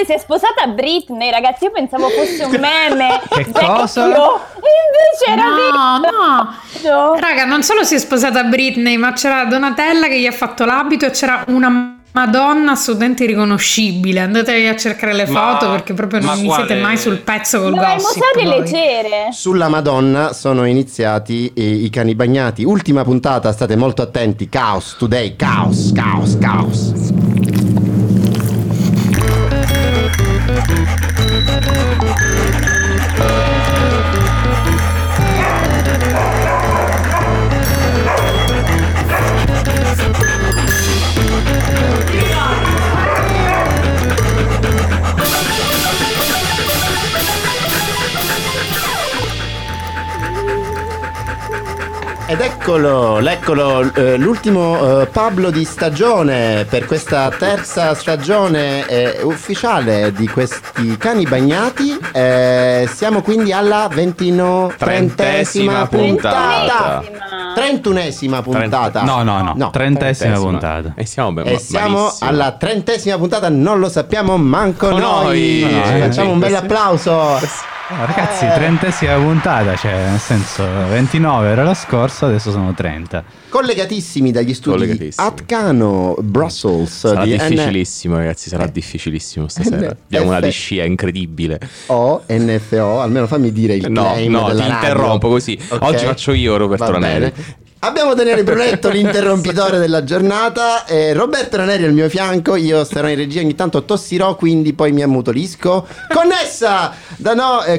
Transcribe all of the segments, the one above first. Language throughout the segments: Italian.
Finalmente si è sposata Britney, ragazzi, io pensavo fosse un meme. Che cosa? Invece era No. Raga, non solo si è sposata Britney, ma c'era Donatella che gli ha fatto l'abito e c'era una Madonna assolutamente riconoscibile. Andatevi a cercare le foto perché proprio non siete mai sul pezzo col gossip. Ma il museo delle cere. Sulla Madonna sono iniziati i cani bagnati. Ultima puntata, state molto attenti. Chaos today, chaos. Ed eccolo, l'ultimo Pablo di stagione per questa terza stagione ufficiale di questi cani bagnati. Siamo quindi alla 30esima puntata. 31esima puntata. No, 30esima puntata. E siamo alla 30esima puntata, non lo sappiamo manco noi. Facciamo un bel applauso. Ragazzi, 30esima puntata, cioè nel senso 29 era la scorsa, adesso sono 30. Collegatissimi dagli studi Atcano, Brussels. Sarà difficilissimo, ragazzi, sarà difficilissimo stasera. Abbiamo una discia incredibile. NFO, almeno fammi dire il claim della ti radio. interrompo così. Okay. Oggi faccio io Roberto Raneri. Abbiamo Daniele Brunetto, l'interrompitore della giornata, Roberto Raneri al mio fianco. Io starò in regia, ogni tanto tossirò, quindi poi mi ammutolisco. Connessa da noi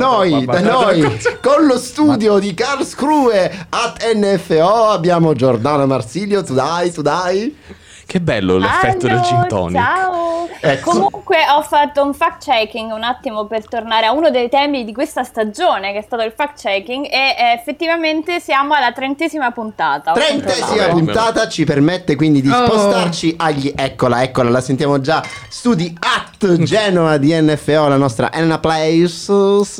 con lo studio di Karlsruhe at NFO abbiamo Giordano Marsilio. Tu dai. Che bello l'effetto del gin tonic. Ciao. Ecco. Comunque ho fatto un fact checking un attimo per tornare a uno dei temi di questa stagione, che è stato il fact checking, e effettivamente siamo alla 30esima puntata. 30esima puntata ci permette quindi di spostarci agli eccola, la sentiamo già. Studi at Genoa di NFO, la nostra Elena Place.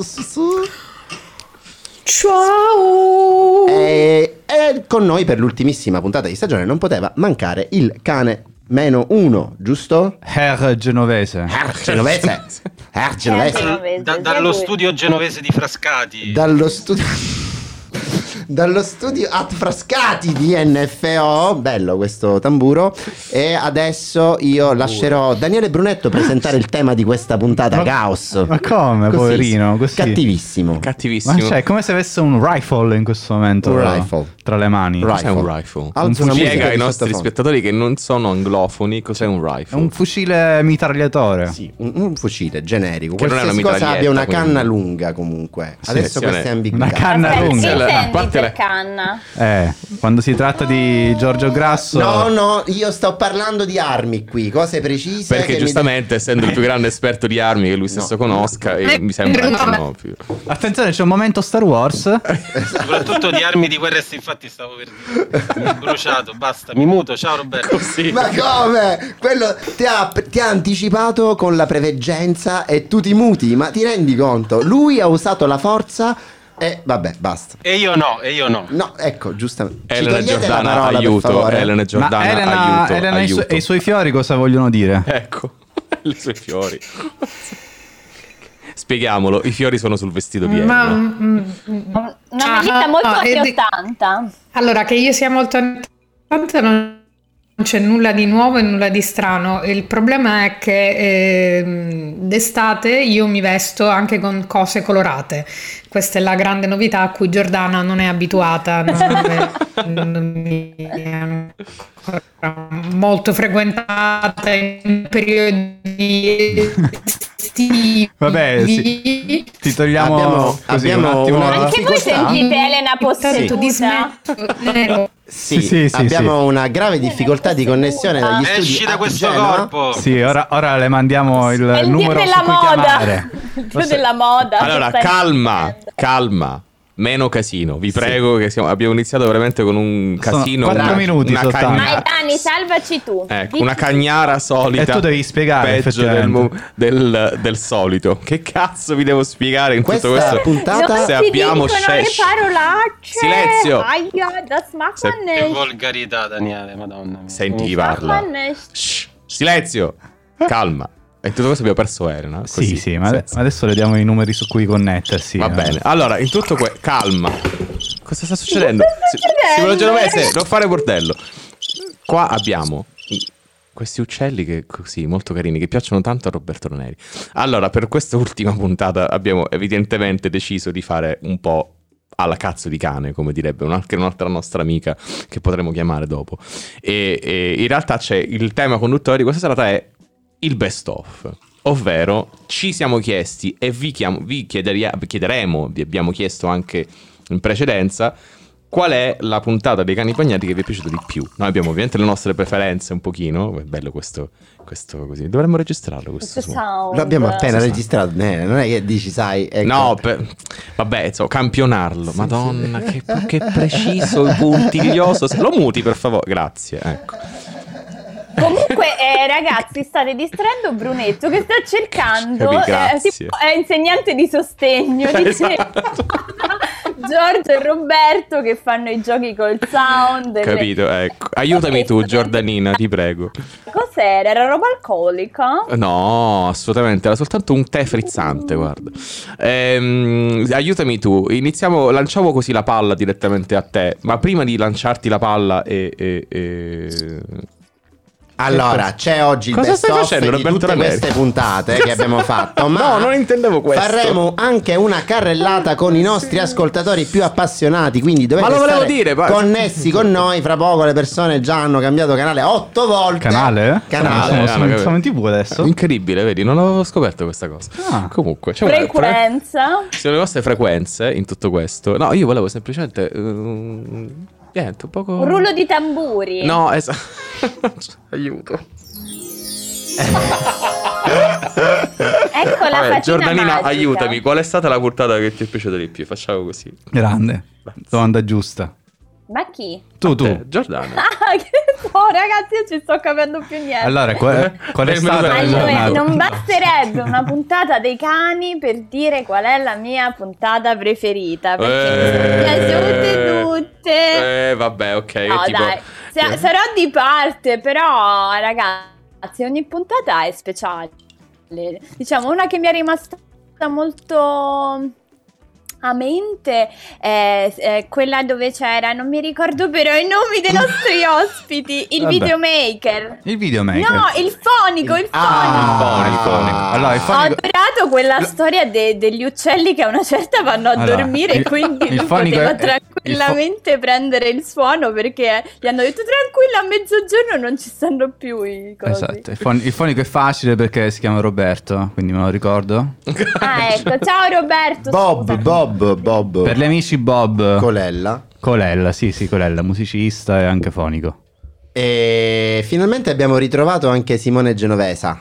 Ciao! E con noi per l'ultimissima puntata di stagione non poteva mancare il cane -1, giusto? Herr Genovese. Dallo studio genovese di Frascati. Dallo studio at Frascati di NFO, bello questo tamburo. E adesso io lascerò Daniele Brunetto presentare il tema di questa puntata. Caos. Ma come, così, poverino? Così. Cattivissimo. Ma cioè, è come se avesse un rifle in questo momento tra le mani. Cos'è un rifle? Spiega ai nostri spettatori che non sono anglofoni cos'è un rifle. È un fucile mitragliatore. Sì, un fucile generico. Che non è una cosa abbia una canna quindi lunga comunque. Adesso questa è ambiguità. Una canna lunga. Per canna. Quando si tratta di Giorgio Grasso. No, io sto parlando di armi qui, cose precise. Perché giustamente, essendo il più grande esperto di armi che lui stesso conosca, mi sembra più. Attenzione, c'è un momento Star Wars. Soprattutto di armi di guerra, infatti stavo per dire. Mi è bruciato, basta, mi muto, ciao Roberto. Così. Ma come? Quello ti ha anticipato con la preveggenza e tu ti muti, ma ti rendi conto? Lui ha usato la forza. E vabbè, basta. E io no. No, ecco, giustamente. Elena Giordana, aiuto. Elena Giordana, aiuto. E i suoi fiori cosa vogliono dire? Ecco, i suoi fiori. Spieghiamolo, i fiori sono sul vestito di Elena. Una maglietta molto anni 80. Allora, che io sia molto anni 80 non c'è nulla di nuovo e nulla di strano. Il problema è che d'estate io mi vesto anche con cose colorate. Questa è la grande novità a cui Giordana non è abituata, non mi è ancora molto frequentata in periodi estivi. Vabbè, sì. Ti togliamo così un attimo. Anche voi sentite Elena posseduta? Sì, abbiamo una grave difficoltà di connessione dagli studi. Esci da questo Genoa. corpo. Sì, ora le mandiamo il numero su cui chiamare. Il dio della moda. Allora, calma. Meno casino, vi prego, che abbiamo iniziato veramente con un casino. 4 minuti soltanto. Ma Dani, salvaci tu. Ecco, una cagnara solita. E tu devi spiegare peggio del solito. Che cazzo vi devo spiegare in tutto questo? Puntata se abbiamo le parolacce. Silenzio. Che volgarità, Daniele, madonna mia. Senti chi parla. Silenzio. Calma. E in tutto questo abbiamo perso Elena. Così, sì, ma adesso le diamo i numeri su cui connettersi. Va bene. Allora, in tutto calma. Cosa sta succedendo? Simone Genovese, non fare bordello. Qua abbiamo questi uccelli che così molto carini, che piacciono tanto a Roberto Raneri. Allora, per questa ultima puntata abbiamo evidentemente deciso di fare un po' alla cazzo di cane, come direbbe un'altra nostra amica che potremo chiamare dopo. E in realtà c'è il tema conduttore di questa serata è il best of, ovvero ci siamo chiesti e vi chiederemo, vi abbiamo chiesto anche in precedenza, qual è la puntata dei Cani Bagnati che vi è piaciuta di più. Noi abbiamo ovviamente le nostre preferenze un pochino. È bello questo così. Dovremmo registrarlo questo sound. L'abbiamo appena registrato, non è che dici, sai, ecco. No, vabbè, insomma, campionarlo. Madonna, che preciso, puntiglioso. Lo muti, per favore, grazie. Ecco. Comunque, ragazzi, state distraendo Brunetto che sta cercando, è insegnante di sostegno, esatto. Giorgio e Roberto che fanno i giochi col sound. Capito, ecco. Aiutami tu, Giordanina, ti prego. Cos'era? Era roba alcolica? No, assolutamente, era soltanto un tè frizzante, guarda. Aiutami tu, lanciamo così la palla direttamente a te, ma prima di lanciarti la palla allora, c'è oggi il cosa best stai of facendo, di Roberto tutte Raneri? queste puntate che abbiamo fatto, ma no, non intendevo questo. Faremo anche una carrellata con i nostri ascoltatori più appassionati, quindi dovete stare connessi con noi. Fra poco le persone già hanno cambiato canale 8 volte. Canale? Siamo in TV adesso? Incredibile, vedi, non avevo scoperto questa cosa. Comunque, c'è frequenza. Ci sono le vostre frequenze in tutto questo. No, io volevo semplicemente niente, un poco... Un rullo di tamburi. No, esatto. Aiuto. Ecco la fatina Giordanina, magica. aiutami. Qual è stata la puntata che ti è piaciuta di più? Facciamo così. Grande. Domanda giusta. Ma chi? Tu. Giordana. Ragazzi, io ci sto capendo più niente. Allora, qual è stata la giornata? Non basterebbe una puntata dei cani per dire qual è la mia puntata preferita, perché mi sono piaciute tutte. Vabbè, ok. No, tipo... dai, sarò di parte, però, ragazzi, ogni puntata è speciale. Diciamo, una che mi è rimasta molto a mente è quella dove c'era, non mi ricordo però i nomi dei nostri ospiti, il videomaker. Il videomaker? No, il fonico. Il fonico. Allora, il fonico... Ho adorato quella storia degli uccelli che a una certa vanno a dormire e quindi lui poteva tranquillamente prendere il suono, perché gli hanno detto tranquilla, a mezzogiorno non ci stanno più i cosi. Esatto, il fonico è facile perché si chiama Roberto, quindi me lo ricordo. Ah, ecco, ciao Roberto. Bob. Per gli amici Bob Colella, sì, Colella, musicista e anche fonico. E finalmente abbiamo ritrovato anche Simone Genovesa.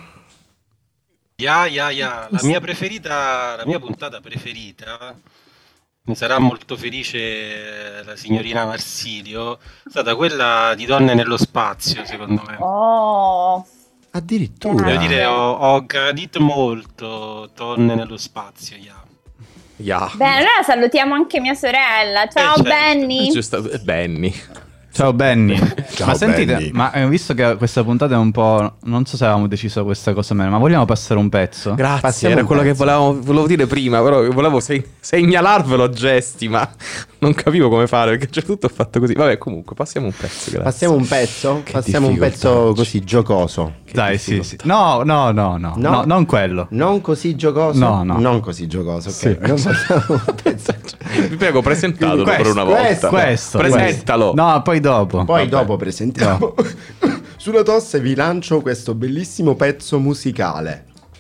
La mia preferita, la mia puntata preferita, mi sarà molto felice la signorina Marsilio, è stata quella di Donne nello spazio, secondo me. Oh, addirittura. Devo dire, ho gradito molto Donne nello spazio, Yeah. Bene, allora salutiamo anche mia sorella. Ciao certo. Benny. Giusto, Benny. Ciao Benny. Ciao, ma sentite, Benny. ma visto che questa puntata è un po', non so se avevamo deciso questa cosa o meno, ma vogliamo passare un pezzo? Grazie, Passiamo era un quello pezzo. che volevo dire prima, però volevo segnalarvelo a gesti, ma non capivo come fare, perché tutto ho fatto così. Vabbè, comunque, passiamo un pezzo, grazie. Passiamo un pezzo? Che Passiamo un difficoltà pezzo oggi. così giocoso. Dai, sì. No, non quello. Non così giocoso? No. Non così giocoso, ok. Sì. Non facciamo un pezzo. Vi prego, presentatelo Quindi per una volta. Questo. Presentalo. No, poi dopo. Poi dopo presentiamo. Sulla tosse vi lancio questo bellissimo pezzo musicale.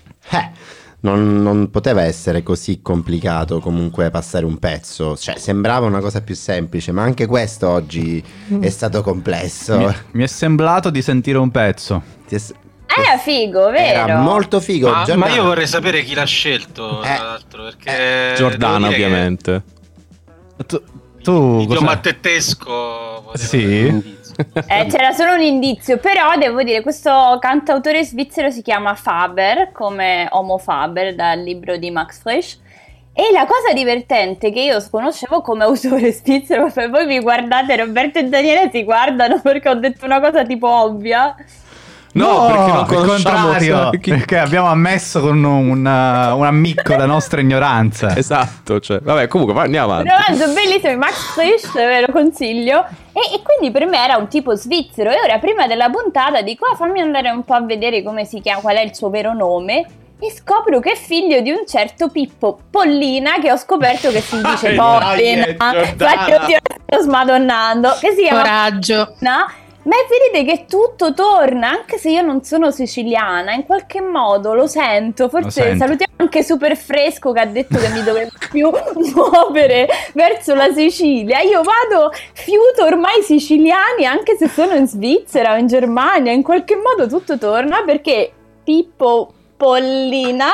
Non poteva essere così complicato comunque passare un pezzo. Cioè, sembrava una cosa più semplice, ma anche questo oggi è stato complesso. Mi è semblato di sentire un pezzo. Era figo, vero? Era molto figo. Ma io vorrei sapere chi l'ha scelto, tra l'altro, perché Giordana, ovviamente. Tu l'idioma tettesco. Sì? C'era solo un indizio, però devo dire, questo cantautore svizzero si chiama Faber, come Homo Faber dal libro di Max Frisch. E la cosa divertente che io conoscevo come autore svizzero, poi voi mi guardate, Roberto e Daniele si guardano perché ho detto una cosa tipo ovvia. No, perché non al conosciamo contrario, perché abbiamo ammesso con un ammicco la nostra ignoranza. Esatto, cioè, vabbè, comunque andiamo avanti. Un romanzo bellissimo di Max Frisch, ve lo consiglio. E quindi per me era un tipo svizzero. E ora, prima della puntata, dico: fammi andare un po' a vedere come si chiama, qual è il suo vero nome. E scopro che è figlio di un certo Pippo Pollina, che ho scoperto che si dice Pollina. Infatti, io ti sto smadonnando. Che si chiama Coraggio. Pollina. Ma vedete che tutto torna, anche se io non sono siciliana, in qualche modo lo sento. Forse salutiamo anche Super Fresco, che ha detto che mi dovrei più muovere verso la Sicilia. Io fiuto ormai siciliani, anche se sono in Svizzera o in Germania. In qualche modo tutto torna, perché Pippo Pollina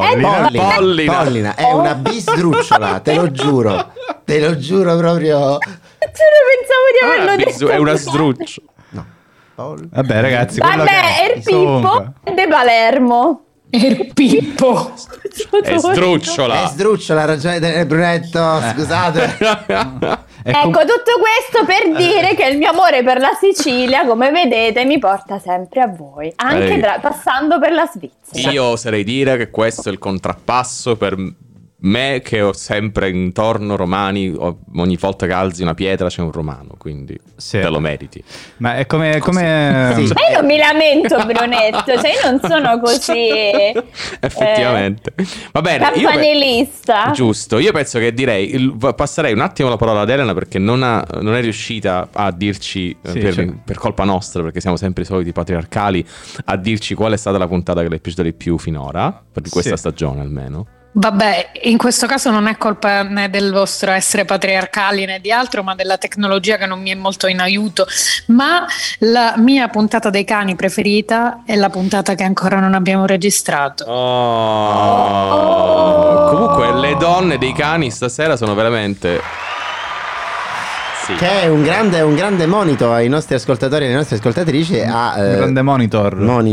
è una bisdrucciola, te lo giuro proprio. Pensavo di averlo detto. È una sdruccio. Vabbè, ragazzi, è il Pippo de Palermo. Il Pippo è sdrucciola. È sdrucciola, ha ragione Brunetto, scusate. Ecco, tutto questo per dire che il mio amore per la Sicilia, come vedete, mi porta sempre a voi, anche passando per la Svizzera. Io oserei dire che questo è il contrappasso per me, che ho sempre intorno romani. Ogni volta che alzi una pietra c'è un romano, quindi te lo meriti. Ma è come Sì. Ma io non mi lamento, Brunetto, cioè io non sono così effettivamente. Va bene, campanilista. Giusto, io penso che passerei un attimo la parola ad Elena, perché non è riuscita a dirci per colpa nostra, perché siamo sempre i soliti patriarcali, a dirci qual è stata la puntata che le è piaciuta di più finora, per questa stagione almeno. Vabbè, in questo caso non è colpa né del vostro essere patriarcali né di altro, ma della tecnologia che non mi è molto in aiuto. Ma la mia puntata dei cani preferita è la puntata che ancora non abbiamo registrato. Comunque le donne dei cani stasera sono veramente... Che è un grande monito ai nostri ascoltatori e alle nostre ascoltatrici. Un grande monitor.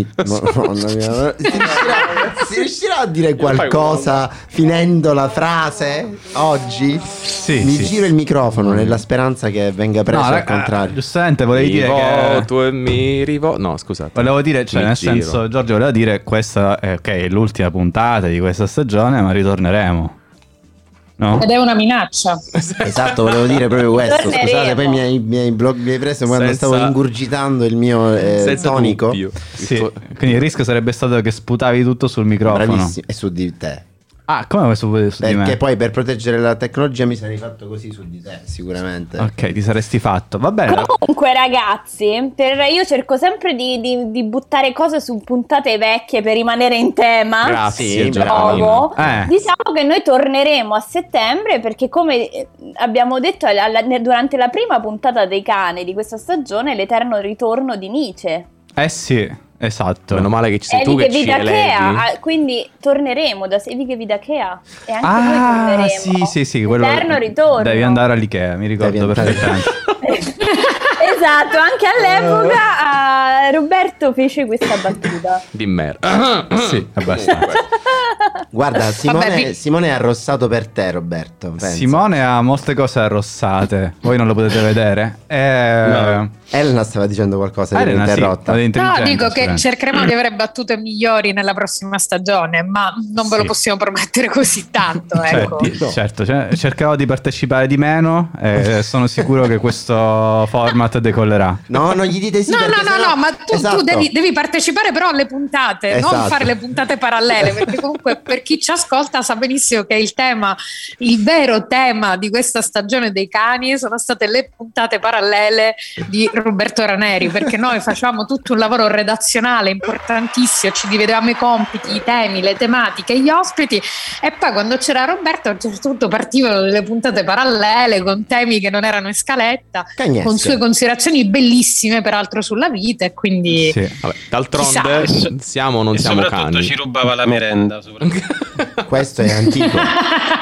Si riuscirà a dire qualcosa finendo la frase oggi? Mi giro il microfono nella speranza che venga preso al contrario. Giustamente volevi dire che tu e mi rivo. No, scusate. Volevo dire, cioè, nel senso, Giorgio voleva dire questa è l'ultima puntata di questa stagione, ma ritorneremo. No? Ed è una minaccia. Esatto, volevo dire proprio questo. Scusate, poi mi hai preso quando stavo ingurgitando il mio tonico. Quindi il rischio sarebbe stato che sputavi tutto sul microfono. Bravissimo. E su di te. Come su di me? Perché poi per proteggere la tecnologia mi sarei fatto così su di te, sicuramente. Ok, ti saresti fatto. Va bene. Comunque, ragazzi, io cerco sempre di buttare cose su puntate vecchie per rimanere in tema. Grazie, Diciamo che noi torneremo a settembre, perché come abbiamo detto durante la prima puntata dei cani di questa stagione, l'eterno ritorno di Nietzsche. Sì. Esatto. Meno male che ci sei tu che ci elevi. Quindi torneremo da Evige Vidakea e anche noi torneremo. Sì, Eterno ritorno. Devi andare all'Ikea, mi ricordo perfettamente. Esatto, anche all'epoca Roberto fece questa battuta di merda. Sì, abbastanza. Guarda, Simone è arrossato per te, Roberto. Pensa. Simone ha molte cose arrossate. Voi non lo potete vedere. No. Elena stava dicendo qualcosa di interrotta. No, dico che cercheremo di avere battute migliori nella prossima stagione, ma non ve lo possiamo promettere così tanto. Ecco. Certo, cercherò di partecipare di meno e sono sicuro che questo format decollerà. No, non gli dite sì. No, ma tu devi partecipare però alle puntate, non fare le puntate parallele, perché comunque per chi ci ascolta sa benissimo che il vero tema di questa stagione dei cani sono state le puntate parallele di Roberto Raneri, perché noi facciamo tutto un lavoro redazionale importantissimo, ci dividevamo i compiti, i temi, le tematiche, gli ospiti, e poi quando c'era Roberto a un certo punto partivano delle puntate parallele con temi che non erano in scaletta, con sue considerazioni bellissime peraltro sulla vita, e quindi vabbè, d'altronde siamo o non siamo cani. Soprattutto ci rubava la merenda. Questo è antico.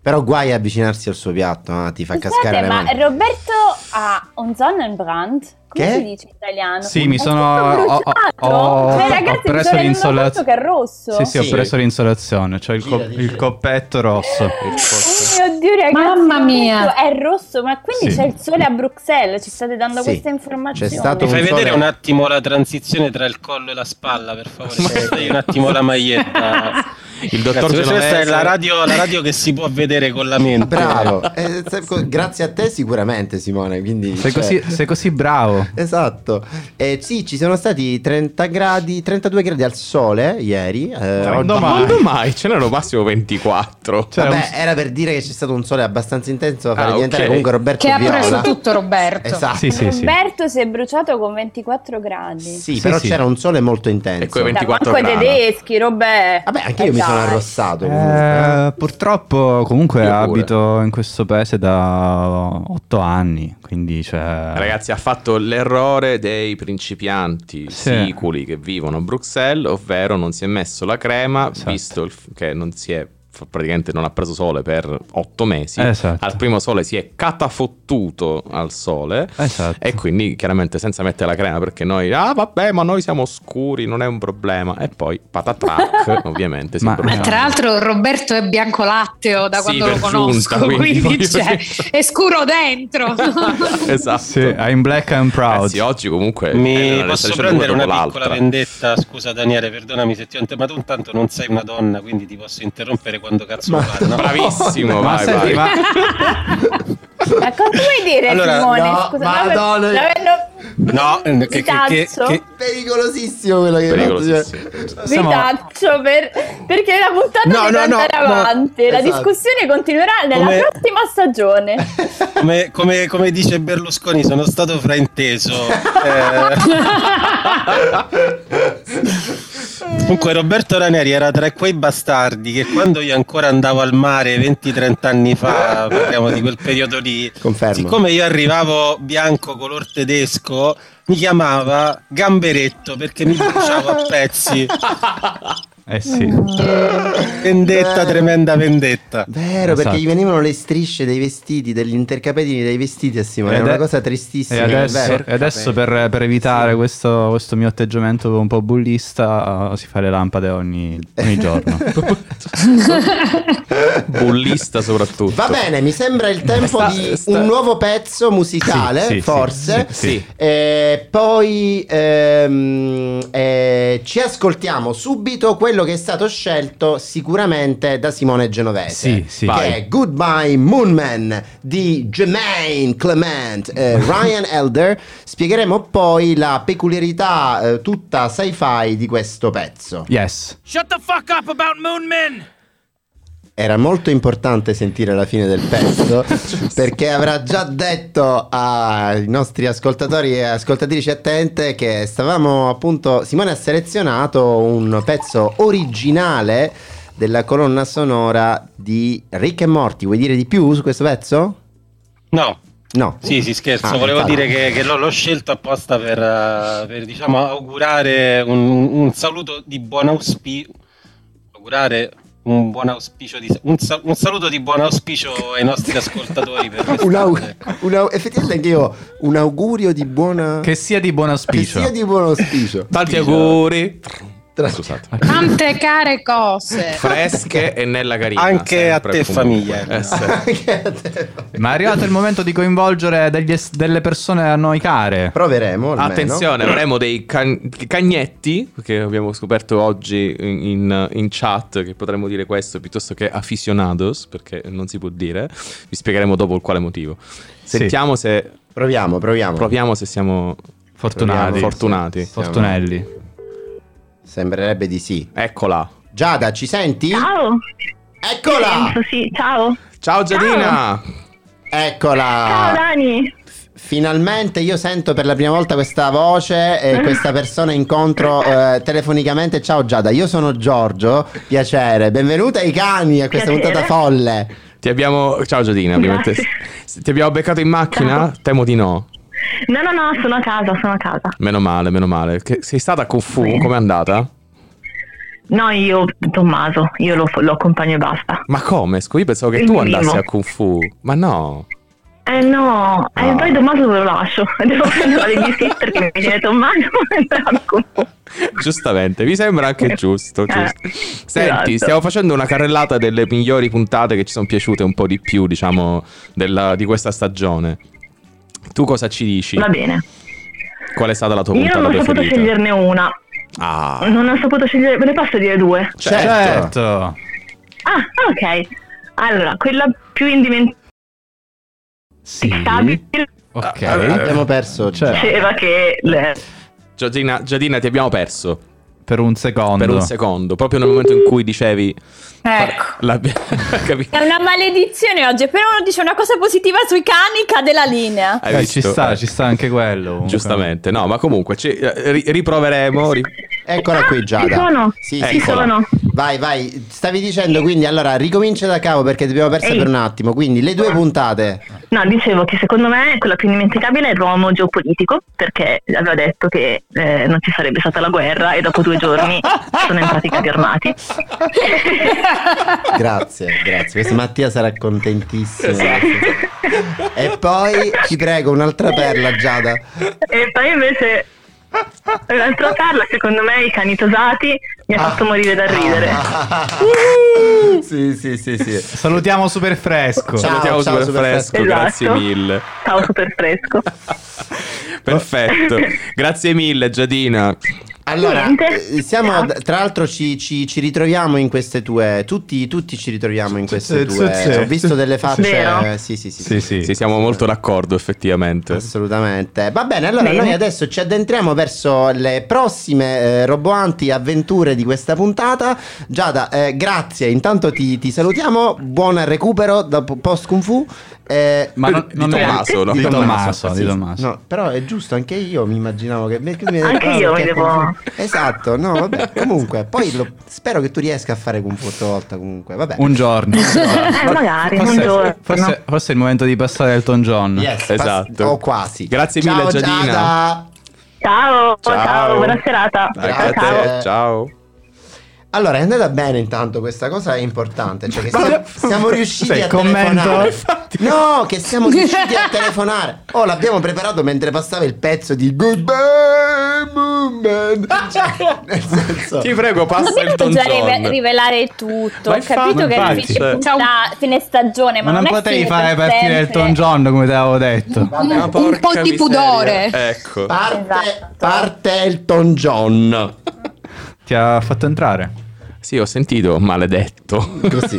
Però guai a avvicinarsi al suo piatto, ti fa cascare le mani. Ma Roberto ha un Sonnenbrand? Come si dice in italiano? Sì, mi sono... Ragazzi, ho preso l'insolazione. Che è rosso. Sì, ho preso l'insolazione, cioè il coppetto rosso. Oh mio Dio, ragazzi, mamma mia, è rosso, ma quindi c'è il sole a Bruxelles, ci state dando questa informazione. C'è stato Mi fai vedere un attimo la transizione tra il collo e la spalla, per favore? Dai un attimo la maglietta. Il dottor Genovese. Questa è la radio che si può vedere con la mente. Bravo, grazie a te sicuramente, Simone. Quindi, sei così bravo. Esatto. Sì, ci sono stati 32 gradi al sole ieri. Quando mai? Ce n'erano massimo 24. Vabbè, era per dire che c'è stato un sole abbastanza intenso da fare diventare comunque Roberto che viola. Ha preso tutto Roberto. Esatto. Sì. Roberto si è bruciato con 24 gradi. Sì, però c'era un sole molto intenso. E quei 24 gradi. Tedeschi, Robè. Vabbè, anche io mi sono arrossato. Purtroppo comunque abito in questo paese da 8 anni, quindi ragazzi, ha fatto l'errore dei principianti siculi che vivono a Bruxelles, ovvero non si è messo la crema, visto che non si è praticamente non ha preso sole per 8 mesi. Al primo sole si è catafottuto al sole, e quindi chiaramente senza mettere la crema, perché noi vabbè, ma noi siamo scuri, non è un problema, e poi patatrac ovviamente si tra l'altro Roberto è biancolatteo da quando lo conosco, quindi è scuro dentro. Esatto, sì, I'm black and proud. Sì, oggi comunque mi posso prendere una piccola vendetta? Scusa Daniele, perdonami se ti ho ma tu intanto non sei una donna, quindi ti posso interrompere quando cazzo pare, no? Bravissimo, vai. Ma cosa vuoi dire, allora, Simone? No, scusa, Madonna. No, che pericolosissimo quello che vi taccio perché la puntata deve andare avanti. La discussione continuerà nella prossima stagione. Come dice Berlusconi, sono stato frainteso. Comunque Roberto Ranieri era tra quei bastardi che quando io ancora andavo al mare 20-30 anni fa, parliamo di quel periodo lì, confermo, siccome io arrivavo bianco color tedesco, mi chiamava Gamberetto perché mi bruciavo a pezzi. Vendetta, tremenda vendetta. Vero, perché gli venivano le strisce dei vestiti, degli intercapedini dei vestiti a Simone. È una cosa tristissima. E adesso per evitare questo mio atteggiamento un po' bullista, si fa le lampade ogni giorno. Bullista soprattutto. Va bene, mi sembra il tempo di un nuovo pezzo musicale, forse. Sì. Poi ci ascoltiamo subito quello che è stato scelto sicuramente da Simone Genovese, che è Goodbye Moonman di Jermaine Clement e Ryan Elder. Spiegheremo poi la peculiarità tutta sci-fi di questo pezzo. Yes. Shut the fuck up about Moonman! Era molto importante sentire la fine del pezzo perché avrà già detto ai nostri ascoltatori e ascoltatrici attente che Simone ha selezionato un pezzo originale della colonna sonora di Rick e Morty. Vuoi dire di più su questo pezzo? No. Sì, scherzo. Volevo dire che l'ho scelto apposta per diciamo augurare un saluto di buon auspicio. Un buon auspicio un saluto di buon auspicio ai nostri ascoltatori per effettivamente anche io un augurio di buona che sia di buon auspicio. Tanti auguri. Scusate. Tante care cose fresche e nella carina. Anche a te famiglia. Ma è arrivato il momento di coinvolgere delle persone a noi care. Proveremo almeno. Attenzione, avremo dei cagnetti che abbiamo scoperto oggi in chat, che potremmo dire questo piuttosto che aficionados, perché non si può dire. Vi spiegheremo dopo il quale motivo. Sentiamo se proviamo se siamo fortunati. Sembrerebbe di sì. Eccola. Giada, ci senti? Ciao. Eccola. Sì, ciao. Ciao Giadina. Eccola. Ciao Dani. Finalmente io sento per la prima volta questa voce e questa persona incontro telefonicamente. Ciao Giada, io sono Giorgio, piacere. Benvenuta ai cani a questa puntata folle. Ciao Giadina, ti abbiamo beccato in macchina? Ciao. Temo di no. No, sono a casa. Meno male. Sei stata con Fu? Com'è andata? No, io Tommaso, io lo accompagno e basta. Ma come? Scusa, io pensavo che Il tu minimo. andassi a Kung Fu. Ma no. No, poi Tommaso lo lascio. Devo prendere la babysitter che mi viene Tommaso e andrà a Kung Fu. Giustamente, mi sembra anche giusto. Senti, esatto. stiamo facendo una carrellata delle migliori puntate che ci sono piaciute un po' di più, diciamo, di questa stagione. Tu cosa ci dici? Va bene. Qual è stata la tua Io puntata non ho saputo preferita? sceglierne una. Non ho saputo scegliere. Ve ne posso dire due? Certo. Ah, ok. Allora, quella più indimenticabile Ok. Abbiamo perso. diceva che Giadina, ti abbiamo perso. Per un secondo. Proprio nel momento in cui dicevi... Ecco. Capito? È una maledizione oggi. Appena uno dice una cosa positiva sui cani, cade la linea. Hai Ci visto? sta anche quello. Comunque. Giustamente, no, ma comunque riproveremo. Eccola qui, Giada. Ci sono. Sì, Ci sono. Vai. Stavi dicendo, quindi, allora, ricomincia da capo perché ti abbiamo persa per un attimo. Quindi, le 2 puntate. No, dicevo che secondo me quella più indimenticabile è l'uomo geopolitico, perché aveva detto che non ci sarebbe stata la guerra e dopo 2 giorni sono entrati i carri armati. Grazie. Questo Mattia sarà contentissimo. Esatto. E poi, ti prego, un'altra perla, Giada. E poi invece un'altra perla, secondo me, i cani tosati mi ha fatto morire da ridere. Sì. Salutiamo Super Fresco. Salutiamo Super Fresco, Esatto. grazie mille. Ciao Super Fresco. Perfetto. Grazie mille, Giadina. Allora, Niente. siamo, tra l'altro ci ritroviamo in queste tue. Tutti ci ritroviamo in queste tue. Ho visto delle facce. Vero? Sì. Sì, siamo molto d'accordo, effettivamente. Assolutamente. Va bene, allora Bene. noi adesso ci addentriamo verso le prossime roboanti avventure di questa puntata. Giada, grazie. Intanto ti salutiamo. Buon recupero dopo post Kung Fu. Ma non Tommaso, no? Di Tommaso. No, però è giusto, anche io mi immaginavo che Anche io mi devo... Esatto, no, vabbè. Comunque, poi spero che tu riesca a fare Kung Fu volta comunque, vabbè. Un giorno. magari, un giorno. Forse è il momento di passare Elton John. Yes, Esatto. o quasi. Grazie Ciao, mille, Giadina. Giada. Ciao, buona serata. Anche a te, ciao. Allora, è andata bene intanto, questa cosa è importante, cioè che siamo riusciti a commento? telefonare. No, che siamo riusciti a telefonare. Oh, l'abbiamo preparato mentre passava il pezzo di Goodbye Movement. Cioè, nel senso... Ti prego, passa il Non John. già rivelare tutto. Ma Ho capito che infatti, è fine stagione, Ma ma non è potevi fine fare per partire sempre. Elton John come te avevo detto. Ma Un po' porca di miseria. pudore. Ecco. Parte Elton John. Ti ha fatto entrare. Sì, ho sentito maledetto. Così.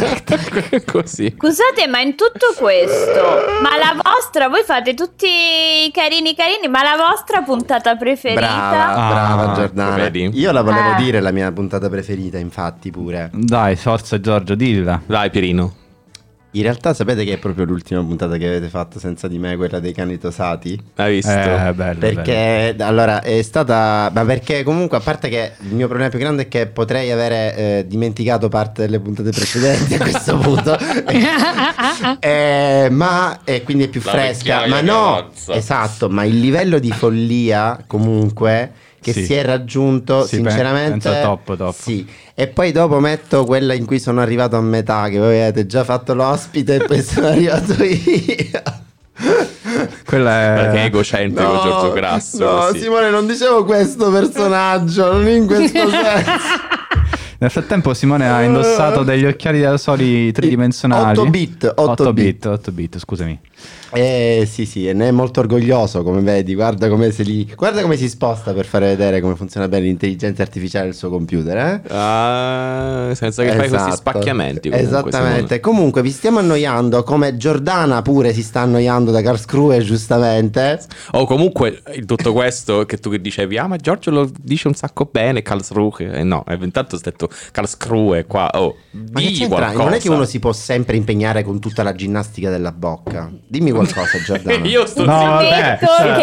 Così. Scusate, ma in tutto questo, ma la vostra, voi fate tutti carini, ma la vostra puntata preferita? Brava Giordana. vedi? Io la volevo dire la mia puntata preferita, infatti, pure. Dai, forza Giorgio, dilla. Dai, Pierino. In realtà sapete che è proprio l'ultima puntata che avete fatto senza di me, quella dei cani tosati? Hai visto? Bello. Perché allora è stata. Ma perché comunque, a parte che il mio problema più grande è che potrei avere dimenticato parte delle puntate precedenti a questo punto. Ma quindi è più La fresca. vecchiaia Ma che no, avanza. esatto, ma il livello di follia comunque che Sì. si è raggiunto, Sì, sinceramente. penso top. Sì. E poi dopo metto quella in cui sono arrivato a metà, che voi avete già fatto l'ospite e poi sono arrivato io. Quella è... Perché è egocentrico Giorgio Grasso. No, sì. Simone, non dicevo questo personaggio, non in questo senso. Nel frattempo Simone ha indossato degli occhiali da soli tridimensionali. 8 bit, 8 bit, scusami. Sì, e ne è molto orgoglioso, come vedi. Guarda come si sposta per fare vedere come funziona bene l'intelligenza artificiale del suo computer, eh? Senza che fai questi spacchiamenti. Comunque, Esattamente. Simone. Comunque vi stiamo annoiando, come Giordana pure si sta annoiando da Karlsruhe, giustamente. Oh, comunque, in tutto questo che tu dicevi, ma Giorgio lo dice un sacco bene, Karlsruhe. No, intanto ho detto Karlsruhe qua. Oh, Ma che di c'entra? qualcosa. Non è che uno si può sempre impegnare con tutta la ginnastica della bocca. Dimmi qualcosa, Giordano. Io sto Ho detto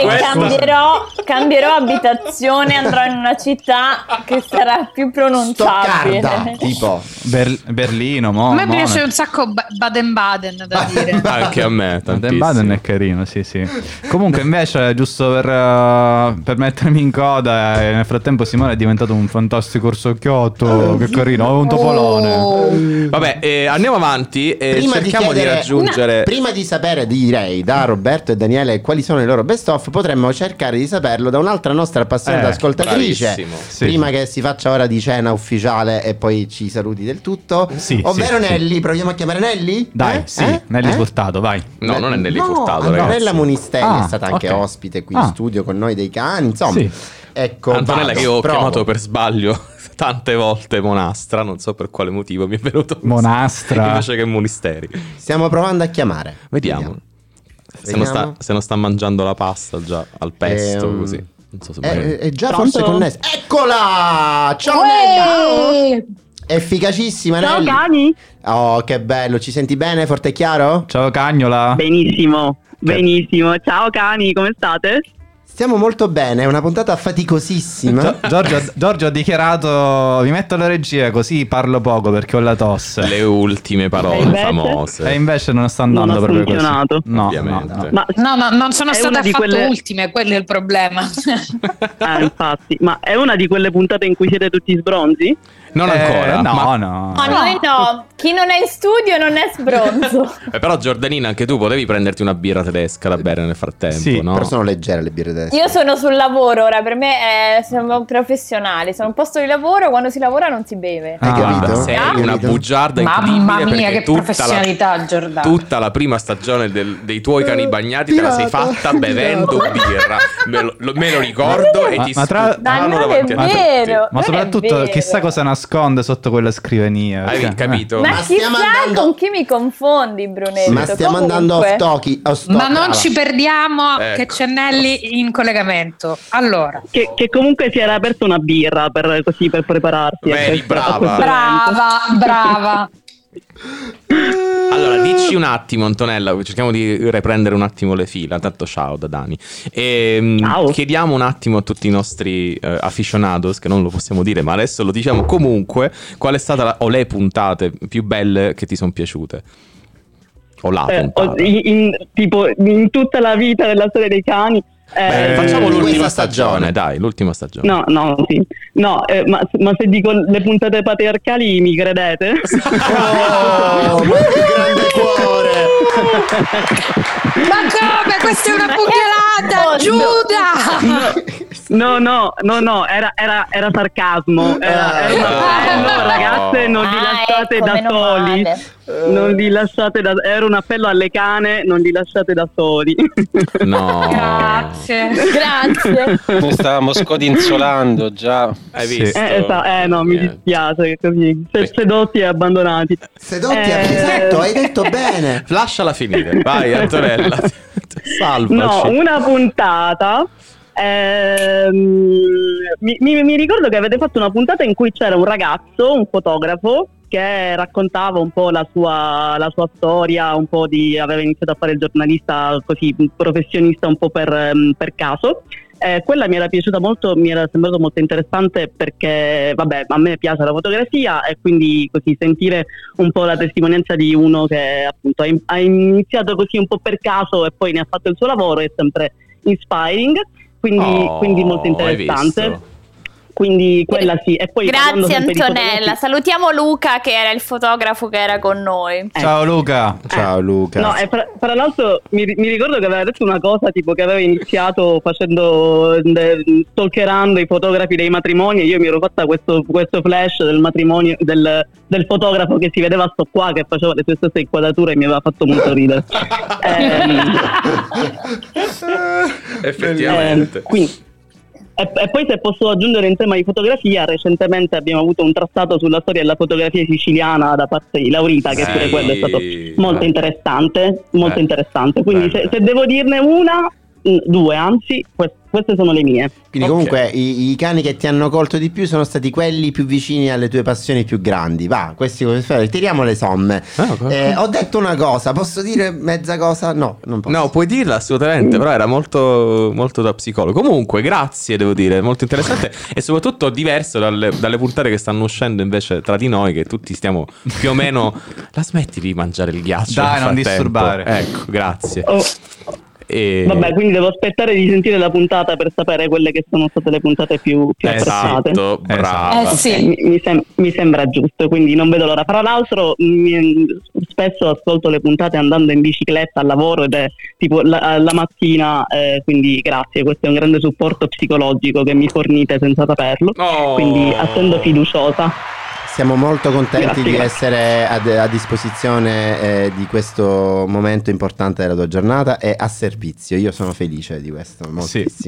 che cambierò abitazione, andrò in una città che sarà più pronunciabile. Stoccarda, tipo Berlino, A me piace un sacco Baden-Baden da dire. Anche a me, Baden-Baden è carino, sì. Comunque invece, giusto per mettermi in coda, nel frattempo Simone è diventato un fantastico orsocchiotto, che carino, un topolone. Vabbè, andiamo avanti e cerchiamo di raggiungere... Prima di sapere, direi, da Roberto e Daniele quali sono i loro best of, potremmo cercare di saperlo da un'altra nostra appassionata ascoltatrice, prima che si faccia ora di cena ufficiale e poi ci saluti del tutto, ovvero Nelly. Proviamo a chiamare Nelly? Dai, Nelly Furtado, vai. No, non è Nelly Furtado, ragazzi. Antonella Monistelli è stata anche ospite qui in studio con noi dei cani, insomma. Ecco, Antonella che io ho chiamato per sbaglio tante volte Monastra, non so per quale motivo mi è venuto Monastra invece che Monisteri. Stiamo provando a chiamare. Vediamo. Se non sta mangiando la pasta già al pesto così. Non so se è già forse connessa. Eccola! Ciao Nella! Efficacissima Nelly. Ciao cani. Oh, che bello, ci senti bene, forte e chiaro? Ciao cagnola. Benissimo. Ciao cani, come state? Stiamo molto bene, è una puntata faticosissima. Giorgio ha dichiarato: vi metto le regie così parlo poco perché ho la tosse. Le ultime parole famose. E invece non sta andando proprio funzionato. Così. No, ovviamente. No, non sono state affatto quelle... ultime, quello è il problema. Infatti, ma è una di quelle puntate in cui siete tutti sbronzi? Non ancora. No. Noi no. Chi non è in studio non è sbronzo. Però Giordanina, anche tu potevi prenderti una birra tedesca da bere nel frattempo, sì, no? Però sono leggere le birre tedesche. Io sono sul lavoro ora, per me sono professionale, sono un posto di lavoro, quando si lavora non si beve. Hai capito? Sei una bugiarda incredibile. Mamma mia, che professionalità, Giordano. Tutta la prima stagione dei tuoi cani bagnati te la sei fatta bevendo birra. Me lo ricordo e ti sputtano davanti a tutti. Ma soprattutto chissà cosa nasconde sotto quella scrivania. Hai capito? Ma chissà con chi mi confondi, Brunetto. Ma stiamo andando off topic. Ma non ci perdiamo che c'è Nelly in collegamento. Allora, che comunque si era aperta una birra per prepararsi. Brava. Allora, dici un attimo, Antonella, cerchiamo di riprendere un attimo le fila. Tanto ciao da Dani. Chiediamo un attimo a tutti i nostri aficionados, che non lo possiamo dire, ma adesso lo diciamo comunque, qual è stata le puntate più belle che ti sono piaciute? O la puntata? In tutta la vita della storia dei cani. Facciamo l'ultima stagione, dai, l'ultima stagione. No, ma se dico le puntate patriarcali mi credete? Oh, ma che grande cuore! Ma come? Questa è una pugnalata, Giuda! No, era sarcasmo. Era un appello, ragazze, non li lasciate da soli. Non li lasciate era un appello alle cane, non li lasciate da soli. No. Grazie. Noi stavamo scodinzolando già. Hai visto? No, mi dispiace così. Sedotti e abbandonati. Esatto, hai detto bene. Lasciala finire. Vai, Antonella. Salvaci. No, una puntata. Mi ricordo che avete fatto una puntata in cui c'era un ragazzo, un fotografo, che raccontava un po' la sua storia, un po' aveva iniziato a fare il giornalista così professionista un po' per caso. Quella mi era piaciuta molto, mi era sembrato molto interessante perché a me piace la fotografia e quindi così sentire un po' la testimonianza di uno che appunto ha iniziato così un po' per caso e poi ne ha fatto il suo lavoro è sempre inspiring, quindi molto interessante. Quindi quella sì. E poi grazie Antonella, salutiamo Luca che era il fotografo che era con noi. Ciao Luca. Ciao Luca. No, e fra l'altro mi ricordo che aveva detto una cosa tipo che aveva iniziato stalkerando i fotografi dei matrimoni e io mi ero fatta questo flash del matrimonio del fotografo che si vedeva sto qua che faceva le sue stesse inquadrature e mi aveva fatto molto ridere. Effettivamente. E poi se posso aggiungere in tema di fotografia, recentemente abbiamo avuto un trattato sulla storia della fotografia siciliana da parte di Laurita, che pure quello è stato molto interessante, molto interessante. Quindi se devo dirne una, 2 anzi, queste sono le mie. Quindi comunque i cani che ti hanno colto di più sono stati quelli più vicini alle tue passioni più grandi. Va, questi come fare? Tiriamo le somme. Ho detto una cosa, posso dire mezza cosa? No, non posso. No, puoi dirla assolutamente, però era molto, molto da psicologo. Comunque, grazie, devo dire, molto interessante e soprattutto diverso dalle puntate che stanno uscendo invece tra di noi, che tutti stiamo più o meno... La smetti di mangiare il ghiaccio? Dai, non disturbare. Ecco, grazie. Vabbè, quindi devo aspettare di sentire la puntata per sapere quelle che sono state le puntate più apprezzate. Esatto, brava. Sì. Mi sembra giusto, quindi non vedo l'ora. Fra l'altro spesso ascolto le puntate andando in bicicletta al lavoro ed è tipo la mattina, quindi grazie, questo è un grande supporto psicologico che mi fornite senza saperlo, quindi attendo fiduciosa. Siamo molto contenti di Grazie. essere a disposizione di questo momento importante della tua giornata e a servizio. Io sono felice di questo, moltissimo.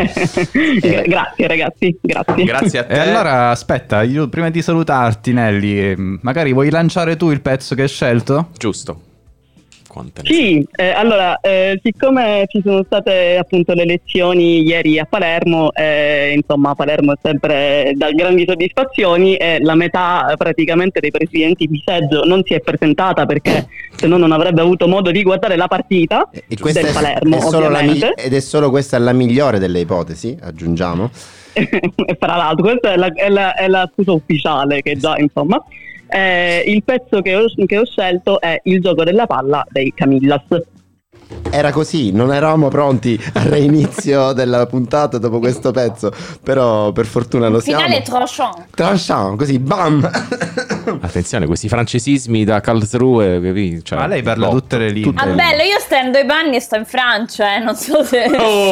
Grazie ragazzi, grazie. Grazie a te. E allora aspetta, io prima di salutarti, Nelly, magari vuoi lanciare tu il pezzo che hai scelto? Giusto. Quante ne Sì, allora, siccome ci sono state appunto le elezioni ieri a Palermo, insomma Palermo è sempre da grandi soddisfazioni e la metà praticamente dei presidenti di seggio non si è presentata perché se no non avrebbe avuto modo di guardare la partita E questa del Palermo, è solo ovviamente. ed è solo questa la migliore delle ipotesi, aggiungiamo. E fra l'altro questa è la scusa ufficiale che già insomma. Il pezzo che ho scelto è Il gioco della palla dei Camillas. Era così, non eravamo pronti al reinizio della puntata dopo questo pezzo, però per fortuna lo siamo. Finale tranchant, così, bam! Attenzione, questi francesismi da Karlsruhe, capì? Cioè, Ma lei parla tutte le lingue. Ah, bello, io stendo i panni e sto in Francia, non so se...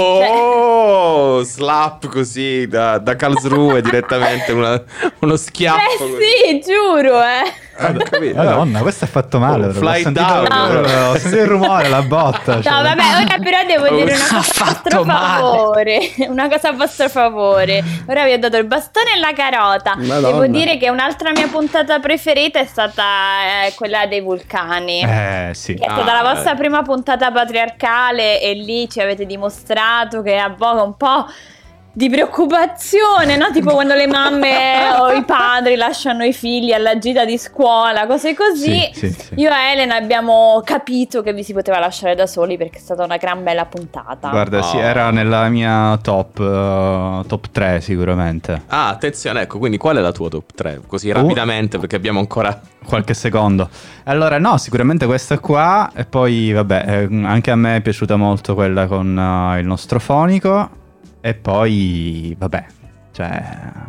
Oh, slap così da Karlsruhe direttamente, uno schiaffo. sì, giuro, Madonna, questo è fatto male. Oh, fly down. Ho sentito il rumore, la botta. No, vabbè, ora però devo dire una cosa a vostro favore. Una cosa a vostro favore. Ora vi ho dato il bastone e la carota. Madonna. Devo dire che un'altra mia puntata preferita è stata quella dei vulcani. Sì. Che è stata la vostra prima puntata patriarcale e lì ci avete dimostrato che a voi un po' di preoccupazione, no? Tipo quando le mamme o i padri lasciano i figli alla gita di scuola, cose così. Sì. Io e Elena abbiamo capito che vi si poteva lasciare da soli perché è stata una gran bella puntata. Guarda, sì, era nella mia top 3 sicuramente. Ah, attenzione, ecco, quindi qual è la tua top 3? Così rapidamente perché abbiamo ancora qualche secondo. Allora, no, sicuramente questa qua. E poi, vabbè, anche a me è piaciuta molto quella con il nostro fonico. E poi, vabbè, cioè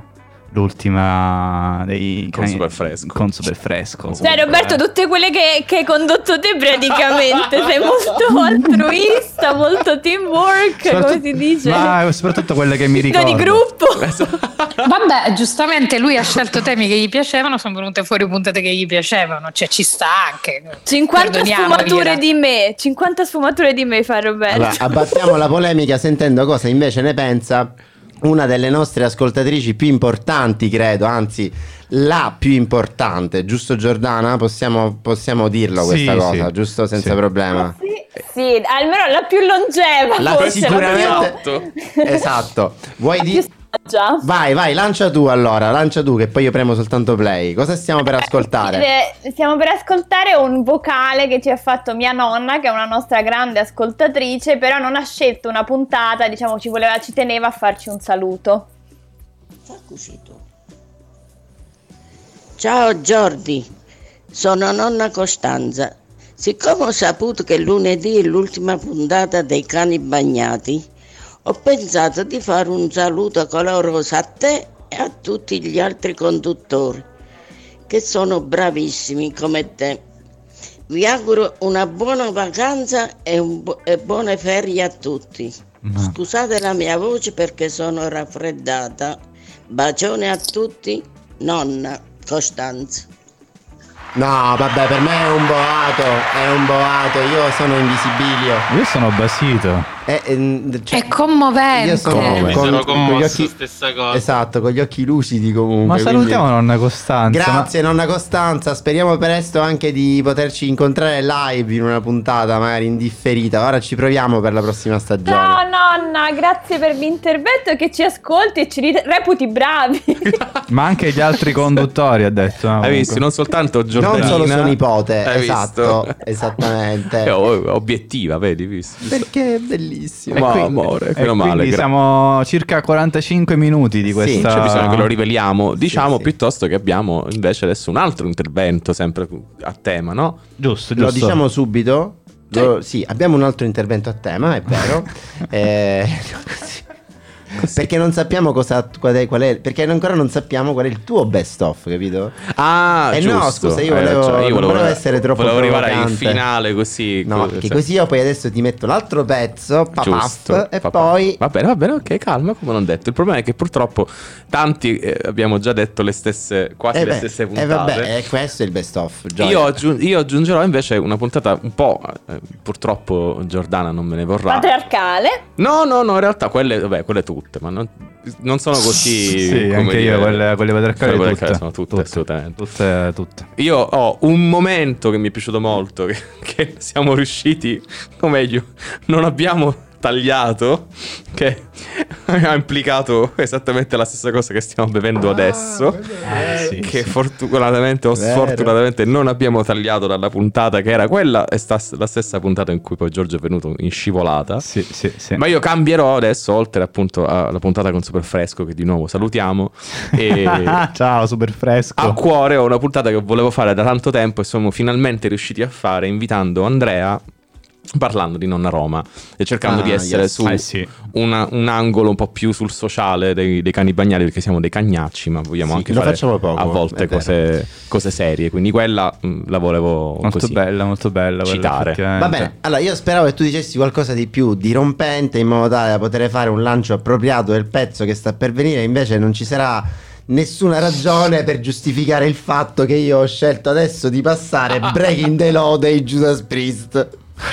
l'ultima dei con super fresco. Cioè, Roberto, tutte quelle che hai condotto te praticamente. Sei molto altruista, molto teamwork, come si dice. Ma soprattutto quelle che mi ricordo. Di gruppo. Vabbè, giustamente lui ha scelto temi che gli piacevano, sono venute fuori puntate che gli piacevano, cioè ci sta anche. 50 sfumature di me, 50 sfumature di me fa Roberto. Allora, abbattiamo la polemica sentendo cosa invece ne pensa una delle nostre ascoltatrici più importanti, credo, anzi la più importante, giusto Giordana? Possiamo dirlo questa cosa, sì. giusto? Senza problema. Sì, almeno la più longeva forse. Sicuramente. Esatto. Vuoi dire? Già. Vai, lancia tu che poi io premo soltanto play. Cosa stiamo per ascoltare? Stiamo per ascoltare un vocale che ci ha fatto mia nonna, che è una nostra grande ascoltatrice, però non ha scelto una puntata, diciamo ci teneva a farci un saluto. Ciao Giordi, sono nonna Costanza. Siccome ho saputo che lunedì è l'ultima puntata dei Cani Bagnati, ho pensato di fare un saluto caloroso a te e a tutti gli altri conduttori che sono bravissimi come te. Vi auguro una buona vacanza e buone ferie a tutti. Scusate la mia voce perché sono raffreddata. Bacione a tutti, nonna Costanza. No, vabbè, per me è un boato, io sono Invisibilio. Io sono basito. È commovente. Io sono commosso, stessa cosa. Esatto, con gli occhi lucidi comunque. Ma salutiamo nonna Costanza. Grazie nonna Costanza, speriamo presto anche di poterci incontrare live in una puntata, magari indifferita. Ora ci proviamo per la prossima stagione. Ciao nonna, grazie per l'intervento, che ci ascolti e ci reputi bravi. Ma anche gli altli conduttori, ha detto. Hai visto? Non soltanto Giordanina. Non solo suo nipote, Hai esatto, visto? Esattamente. Obiettiva, vedi, visto? Perché è bellissimo. Ma amore, meno male. Quindi siamo circa 45 minuti di questa. Sì, C'è bisogno che lo riveliamo. Diciamo sì. piuttosto che abbiamo invece adesso un altro intervento sempre a tema, no? Giusto. Lo diciamo subito? Sì, abbiamo un altro intervento a tema, è vero. Perché non sappiamo qual è, perché ancora non sappiamo qual è il tuo best of, capito? Ah, giusto. No, scusa, io volevo essere troppo volevo arrivare al provocante. finale così. No, che così io poi adesso ti metto l'altro pezzo, Giusto, e poi va bene, ok, calma, come non detto. Il problema è che purtroppo tanti abbiamo già detto le stesse, quasi le stesse puntate. Vabbè, questo è il best of. Io aggiungerò invece una puntata un po', purtroppo Giordana non me ne vorrà. Patriarcale. No, in realtà quelle tutte, ma non sono così. Sì, come anche io dire, quelle patriarcali sono tutte, assolutamente. Tutte. Io ho un momento che mi è piaciuto molto, che siamo riusciti, o meglio, non abbiamo tagliato, che ha implicato esattamente la stessa cosa che stiamo bevendo adesso, che fortunatamente o sfortunatamente non abbiamo tagliato dalla puntata che era quella, e la stessa puntata in cui poi Giorgio è venuto in scivolata. Sì. Ma io cambierò adesso, oltre appunto alla puntata con Super Fresco, che di nuovo salutiamo, e ciao Super Fresco. a cuore ho una puntata che volevo fare da tanto tempo e siamo finalmente riusciti a fare, invitando Andrea, parlando di Nonna Roma e cercando di essere su un angolo un po' più sul sociale dei cani bagnati, perché siamo dei cagnacci, ma vogliamo anche fare a volte cose serie, quindi quella la volevo molto bella citare. Va bene, allora io speravo che tu dicessi qualcosa di più dirompente, in modo tale da poter fare un lancio appropriato del pezzo che sta per venire. Invece non ci sarà nessuna ragione per giustificare il fatto che io ho scelto adesso di passare Breaking the Law dei Judas Priest.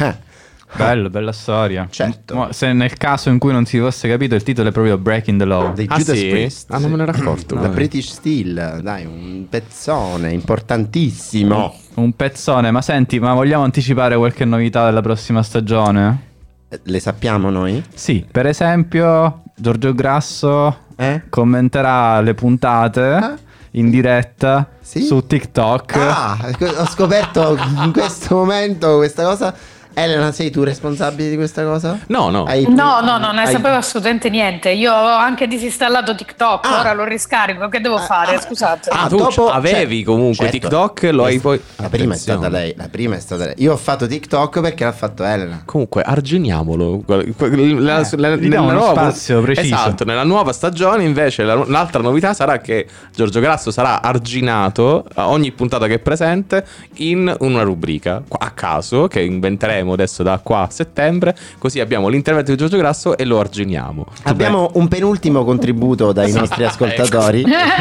Bella storia. Certo. Se nel caso in cui non si fosse capito, il titolo è proprio Breaking the Law dei Judas Priest. Non me ne ero accorto. La British Steel, dai, un pezzone importantissimo. Un pezzone. Ma senti, ma vogliamo anticipare qualche novità della prossima stagione? Le sappiamo noi? Sì, per esempio Giorgio Grasso commenterà le puntate in diretta su TikTok. Ho scoperto in questo momento questa cosa. Elena, sei tu responsabile di questa cosa? No, non ne sapevo assolutamente niente. Io ho anche disinstallato TikTok, ora lo riscarico. Che devo fare? Scusate. Tu avevi comunque TikTok, lo hai poi. La prima è stata lei. Io ho fatto TikTok perché l'ha fatto Elena. Comunque, arginiamolo. Diamo uno spazio preciso. Esatto, nella nuova stagione invece l'altra novità sarà che Giorgio Grasso sarà arginato a ogni puntata che è presente in una rubrica a caso che inventeremo adesso da qua a settembre, così abbiamo l'intervento di Giorgio Grasso e lo arginiamo. Abbiamo un penultimo contributo dai nostri ascoltatori.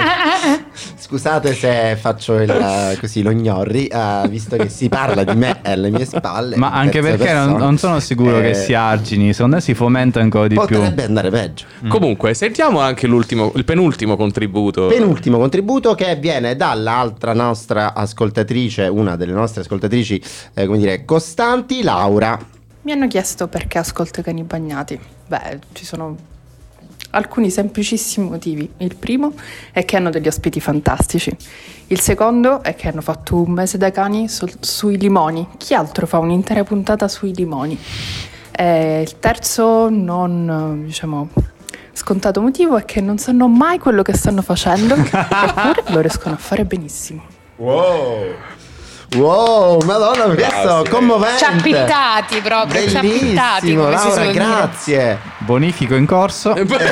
Scusate se faccio lo gnorri, visto che si parla di me alle mie spalle. Ma anche perché non sono sicuro che si argini, secondo me si fomenta ancora di più. Potrebbe andare peggio. Comunque, sentiamo anche il penultimo contributo. Penultimo contributo che viene dall'altra nostra ascoltatrice, una delle nostre ascoltatrici, costanti, Laura. Mi hanno chiesto perché ascolto i Cani Bagnati. Beh, ci sono alcuni semplicissimi motivi. Il primo è che hanno degli ospiti fantastici. Il secondo è che hanno fatto un mese da cani sui limoni. Chi altro fa un'intera puntata sui limoni? Il terzo, scontato motivo, è che non sanno mai quello che stanno facendo, eppure lo riescono a fare benissimo. Wow, madonna, questo commovente. Ci appittati proprio, bellissimo, Laura, grazie. Bonifico in corso.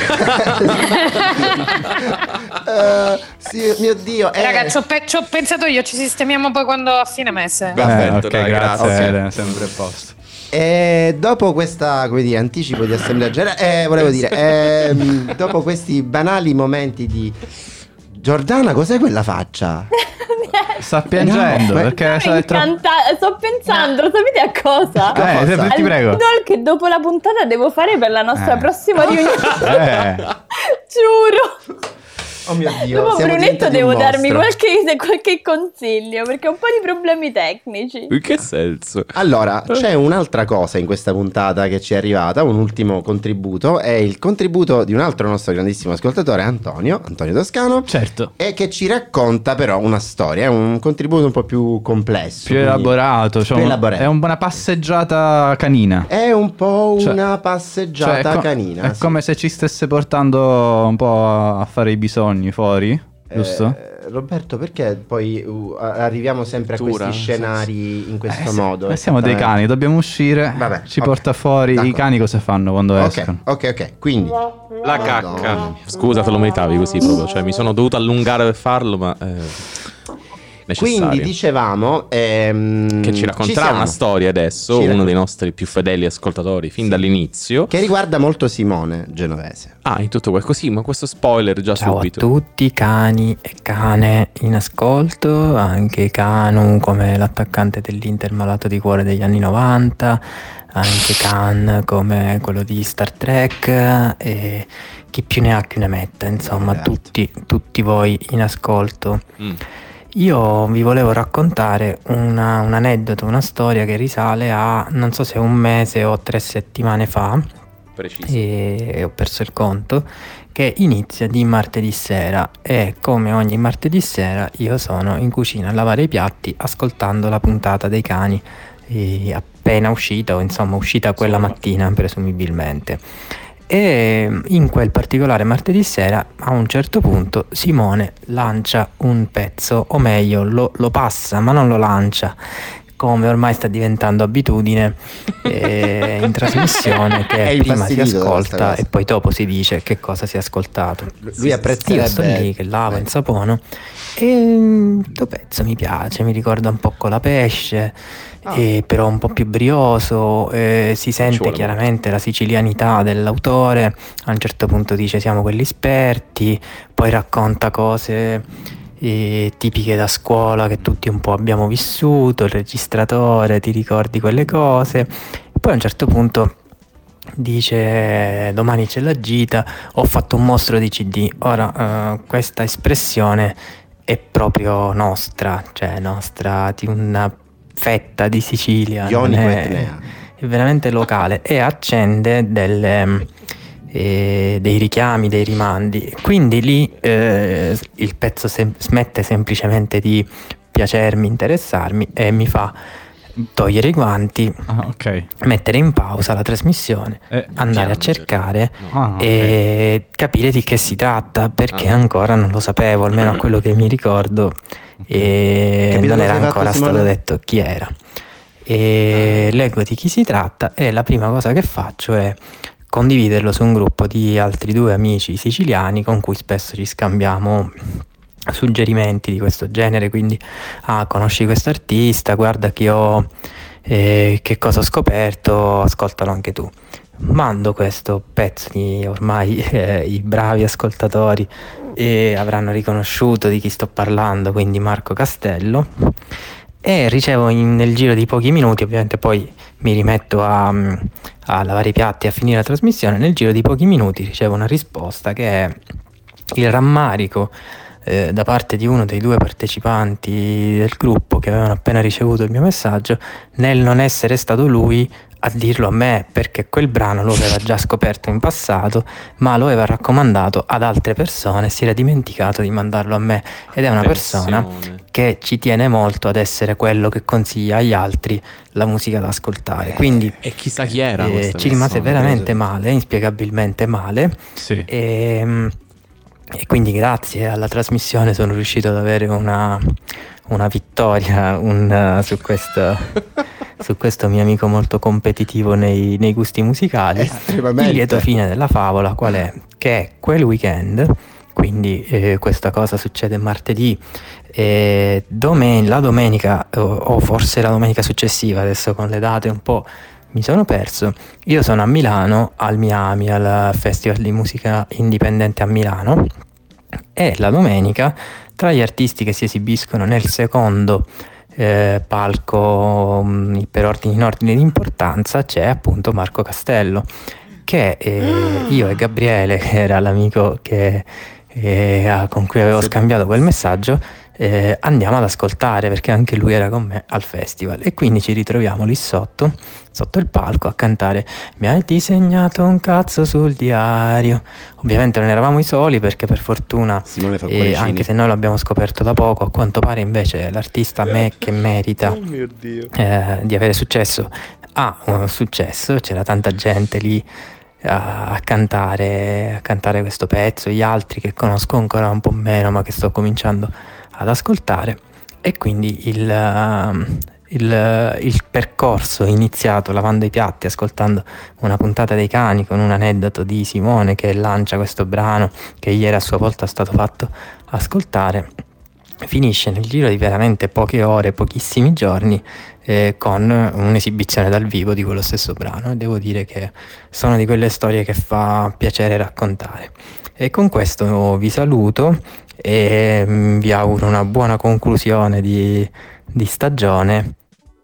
Sì, mio Dio. Ragazzi, ci ho pensato io, ci sistemiamo poi quando a fine mese. Perfetto, grazie. Okay. Sempre a posto. E dopo questa, anticipo di assemblea generale, dopo questi banali momenti di Giordana, cos'è quella faccia? Sta piangendo perché sto pensando, sapete a cosa? Ti prego. Al doodle che dopo la puntata devo fare per la nostra prossima riunione. Giuro. Oh mio Dio. Dopo siamo Brunetto diventati devo un darmi mostro. qualche consiglio perché ho un po' di problemi tecnici. In che senso? Allora, c'è un'altra cosa in questa puntata che ci è arrivata, un ultimo contributo, è il contributo di un altro nostro grandissimo ascoltatore, Antonio Toscano. Certo. E che ci racconta però una storia, è un contributo un po' più complesso. Più elaborato, più elaborato. È una passeggiata canina. È un po' una passeggiata canina. È come se ci stesse portando un po' a fare i bisogni fuori, giusto? Roberto, perché poi arriviamo sempre a questi scenari in questo modo? Siamo dei cani, dobbiamo uscire. Vabbè, ci porta fuori. I cani cosa fanno quando escono? Ok, quindi la cacca. Scusa, te lo meritavi così proprio. Cioè, mi sono dovuto allungare per farlo, ma necessario. Quindi dicevamo che ci racconterà una storia adesso, uno dei nostri più fedeli ascoltatori fin dall'inizio, che riguarda molto Simone Genovese. In tutto questo così, ma questo spoiler già Ciao subito. Ciao a tutti cani e cane in ascolto, anche Canu come l'attaccante dell'Inter malato di cuore degli anni 90, anche Khan come quello di Star Trek e chi più ne ha più ne metta, insomma tutti voi in ascolto. Io vi volevo raccontare un aneddoto, una storia che risale a non so se 1 mese o 3 settimane fa. Preciso. E ho perso il conto, che inizia di martedì sera e come ogni martedì sera io sono in cucina a lavare i piatti ascoltando la puntata dei cani appena uscita o insomma uscita quella mattina presumibilmente. E in quel particolare martedì sera a un certo punto Simone lancia un pezzo, o meglio lo passa ma non lo lancia, come ormai sta diventando abitudine in trasmissione, che prima si ascolta e poi dopo si dice che cosa si è ascoltato. Lui apprezzerebbe. Io sto lì che lavo in sapone e questo pezzo mi piace, mi ricorda un po' Colapesce, però un po' più brioso, si sente chiaramente la sicilianità dell'autore. A un certo punto dice siamo quelli esperti, poi racconta cose tipiche da scuola che tutti un po' abbiamo vissuto, il registratore, ti ricordi quelle cose. Poi a un certo punto dice domani c'è la gita, ho fatto un mostro di CD. Ora questa espressione è proprio nostra, cioè nostra, di una fetta di Sicilia, è veramente locale e accende dei richiami, dei rimandi. Quindi lì il pezzo smette semplicemente di piacermi, interessarmi e mi fa togliere i guanti, mettere in pausa la trasmissione, andare a cercare e capire di che si tratta, perché ancora non lo sapevo, almeno a quello che mi ricordo, e non era ancora stato detto chi era. E leggo di chi si tratta e la prima cosa che faccio è condividerlo su un gruppo di altri 2 amici siciliani con cui spesso ci scambiamo suggerimenti di questo genere, quindi conosci questo artista, guarda che cosa ho scoperto, ascoltalo anche tu. Mando questo pezzo di ormai i bravi ascoltatori avranno riconosciuto di chi sto parlando, quindi Marco Castello, e ricevo nel giro di pochi minuti, ovviamente poi mi rimetto a lavare i piatti e a finire la trasmissione, nel giro di pochi minuti ricevo una risposta che è il rammarico da parte di uno dei 2 partecipanti del gruppo che avevano appena ricevuto il mio messaggio nel non essere stato lui a dirlo a me, perché quel brano lo aveva già scoperto in passato ma lo aveva raccomandato ad altre persone e si era dimenticato di mandarlo a me, ed è una persona che ci tiene molto ad essere quello che consiglia agli altri la musica da ascoltare, quindi e chissà chi era ci rimase veramente male, inspiegabilmente male, e quindi grazie alla trasmissione sono riuscito ad avere una vittoria su questo mio amico molto competitivo nei gusti musicali. Il lieto fine della favola qual è? Che è quel weekend, quindi questa cosa succede martedì, la domenica o forse la domenica successiva, adesso con le date un po' mi sono perso, io sono a Milano al Miami, al Festival di Musica Indipendente a Milano, e la domenica Tra gli artisti che si esibiscono nel secondo palco in ordine di importanza c'è appunto Marco Castello, che io e Gabriele, che era l'amico con cui avevo scambiato quel messaggio, andiamo ad ascoltare, perché anche lui era con me al festival, e quindi ci ritroviamo lì sotto il palco a cantare "Mi hai disegnato un cazzo sul diario". Ovviamente non eravamo i soli, perché per fortuna, anche se noi l'abbiamo scoperto da poco, a quanto pare invece l'artista che merita di avere successo ha un successo. C'era tanta gente lì a cantare questo pezzo, gli altri che conosco ancora un po' meno, ma che sto cominciando ad ascoltare. E quindi il percorso iniziato lavando i piatti, ascoltando una puntata dei Cani, con un aneddoto di Simone che lancia questo brano che ieri a sua volta è stato fatto ascoltare, finisce nel giro di veramente poche ore, pochissimi giorni, con un'esibizione dal vivo di quello stesso brano. E devo dire che sono di quelle storie che fa piacere raccontare. E con questo vi saluto e vi auguro una buona conclusione di stagione.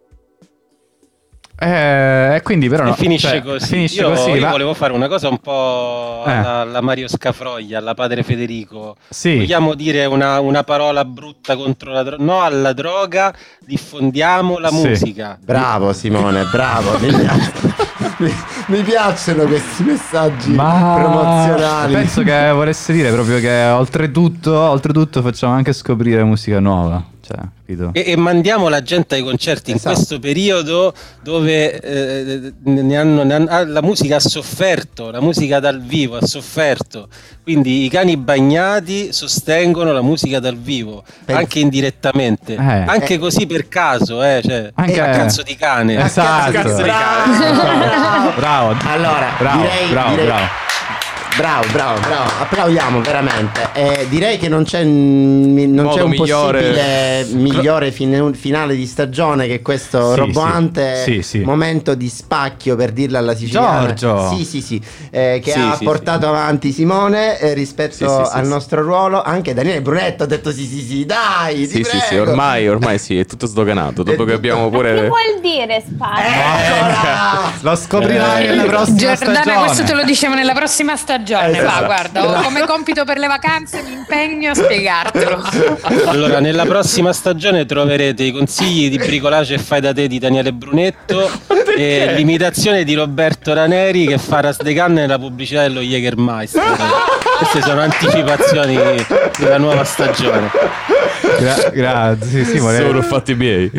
Quindi però finisce così. Io volevo fare una cosa un po' alla Mario Scafroglia, alla padre Federico. Vogliamo dire una parola brutta contro la droga? No alla droga, diffondiamo la musica. Bravo Simone, bravo. Mi piacciono questi messaggi promozionali. Penso che volesse dire proprio che oltretutto facciamo anche scoprire musica nuova. Capito? E mandiamo la gente ai concerti in questo periodo dove la musica ha sofferto, la musica dal vivo ha sofferto, quindi i Cani Bagnati sostengono la musica dal vivo, anche indirettamente, anche così per caso, cioè, anche a cazzo di cane. Esatto. Cazzo di cane. Bravo. Allora, direi... Bravo, applaudiamo veramente. Direi che non c'è un possibile migliore finale di stagione che questo roboante momento di spacchio, per dirla alla siciliana, Giorgio. Che ha portato avanti Simone rispetto al nostro ruolo. Anche Daniele Brunetto ha detto sì, dai, ti prego. Ormai sì, è tutto sdoganato, dopo che abbiamo pure... Che vuol dire spacchio? Lo scoprirai nella prossima stagione. Giordana, questo te lo diciamo nella prossima stagione. Va, guarda, come compito per le vacanze mi impegno a spiegartelo. Allora, nella prossima stagione troverete i consigli di bricolage e fai da te di Daniele Brunetto e l'imitazione di Roberto Raneri che fa Ras de Canne nella pubblicità dello Jägermeister. Queste sono anticipazioni della nuova stagione. Grazie, sono fatti miei.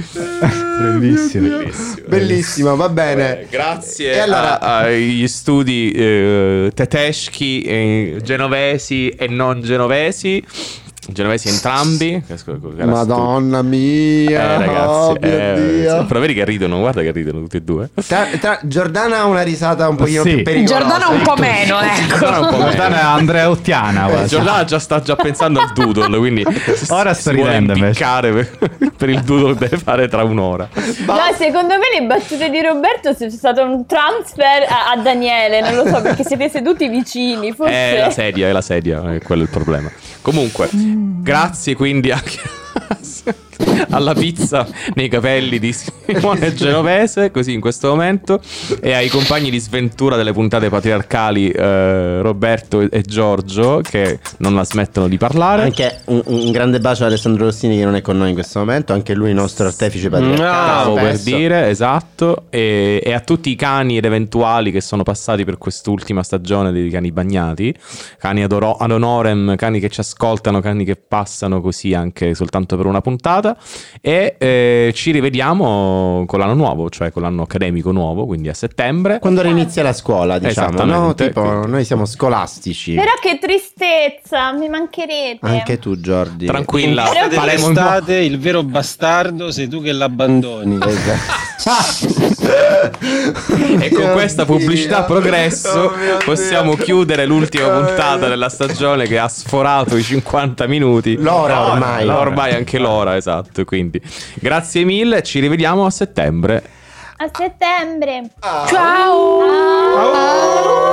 Bellissimo, va bene. Grazie agli studi tedeschi, genovesi e non genovesi entrambi. Madonna mia, ragazzi, mio Dio. però vedi che ridono, guarda che ridono tutti e due. Giordana ha una risata un pochino più pericolosa. Giordana un po' meno, ecco. Giordana è andreottiana. Giordana sta già pensando al doodle, quindi ora sto ridendo per il doodle che deve fare tra un'ora. No, secondo me le battute di Roberto c'è stato un transfer a Daniele, non lo so, perché siete seduti vicini, forse. È la sedia, è quello il problema. Comunque, grazie quindi anche alla pizza nei capelli di Simone Genovese, così in questo momento, e ai compagni di sventura delle puntate patriarcali Roberto e Giorgio, che non la smettono di parlare. Anche un grande bacio ad Alessandro Rossini, che non è con noi in questo momento, anche lui nostro artefice patriarcale. Per dire, esatto, e a tutti i cani ed eventuali che sono passati per quest'ultima stagione dei Cani Bagnati, cani ad honorem, cani che ci ascoltano, cani che passano così anche soltanto per una puntata. E ci rivediamo con l'anno nuovo, cioè con l'anno accademico nuovo, quindi a settembre, quando inizia la scuola, diciamo, no? Tipo, noi siamo scolastici. Però che tristezza, mi mancherete. Anche tu, Giordi. Tranquilla, l'estate, il vero bastardo sei tu che l'abbandoni. E con questa pubblicità progresso possiamo chiudere l'ultima puntata della stagione, che ha sforato i 50 minuti. L'ora ormai anche l'ora, esatto. Quindi grazie mille, ci rivediamo a settembre. A settembre. Ciao.